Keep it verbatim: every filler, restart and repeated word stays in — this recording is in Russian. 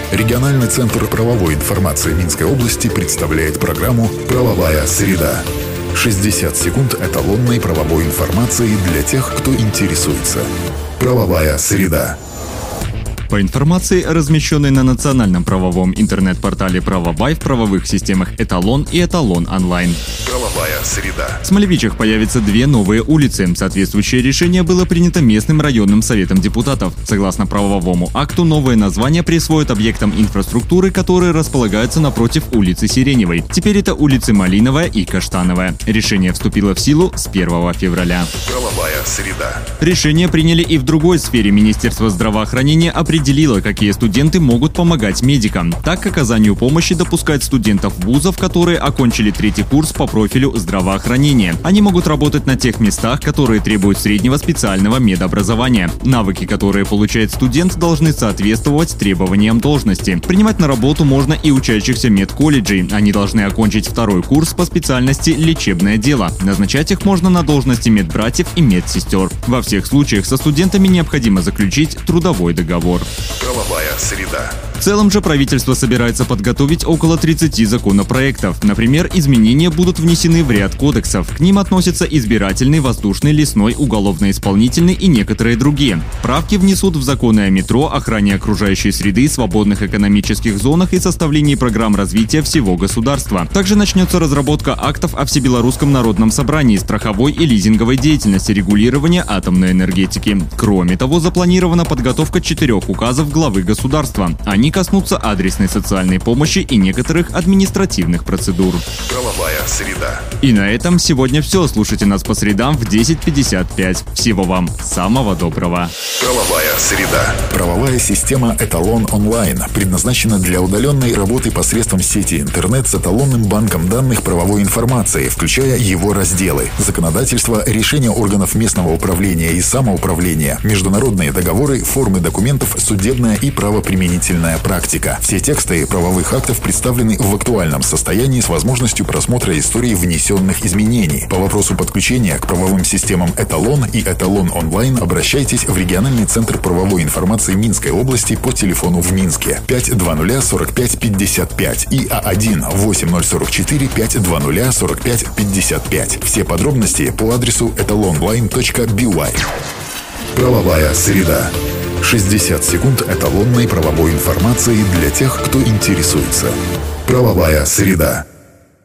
Региональный центр правовой информации Минской области представляет программу «Правовая среда». шестьдесят секунд эталонной правовой информации для тех, кто интересуется. «Правовая среда». По информации, размещенной на национальном правовом интернет-портале «Правобай» в правовых системах «Эталон» и «Эталон онлайн». Правовая среда. В Смолевичах появятся две новые улицы. Соответствующее решение было принято местным районным советом депутатов. Согласно правовому акту, новое название присвоят объектам инфраструктуры, которые располагаются напротив улицы Сиреневой. Теперь это улицы Малиновая и Каштановая. Решение вступило в силу с первого февраля. Правовая среда. Решение приняли и в другой сфере. Министерство здравоохранения определило, какие студенты могут помогать медикам. Так, к оказанию помощи допускают студентов вузов, которые окончили третий курс по профилю здравоохранения. Они могут работать на тех местах, которые требуют среднего специального медобразования. Навыки, которые получает студент, должны соответствовать требованиям должности. Принимать на работу можно и учащихся медколледжей. Они должны окончить второй курс по специальности «Лечебное дело». Назначать их можно на должности медбратьев и медсестер. Во всех случаях со студентами необходимо заключить трудовой договор. Правовая среда. В целом же правительство собирается подготовить около тридцати законопроектов. Например, изменения будут внесены в ряд кодексов. К ним относятся избирательный, воздушный, лесной, уголовно-исполнительный и некоторые другие. Правки внесут в законы о метро, охране окружающей среды, свободных экономических зонах и составлении программ развития всего государства. Также начнется разработка актов о Всебелорусском народном собрании, страховой и лизинговой деятельности, регулирования атомной энергетики. Кроме того, запланирована подготовка четырех указов главы государства. Они коснутся адресной социальной помощи и некоторых административных процедур. Правовая среда. И на этом сегодня все. Слушайте нас по средам в десять пятьдесят пять. Всего вам самого доброго. Правовая среда. Правовая система «Эталон онлайн» предназначена для удаленной работы посредством сети интернет с эталонным банком данных правовой информации, включая его разделы: законодательство, решения органов местного управления и самоуправления, международные договоры, формы документов, судебная и правоприменительная практика. Все тексты правовых актов представлены в актуальном состоянии с возможностью просмотра истории внесенных изменений. По вопросу подключения к правовым системам «Эталон» и «Эталон онлайн» обращайтесь в региональный центр правовой информации Минской области по телефону в Минске пять двадцать сорок пять пятьдесят пять и А один восемь ноль сорок четыре пять двадцать сорок пять пятьдесят пять. Все подробности по адресу эталонлайн точка би уай. Правовая среда. шестьдесят секунд эталонной правовой информации для тех, кто интересуется. Правовая среда.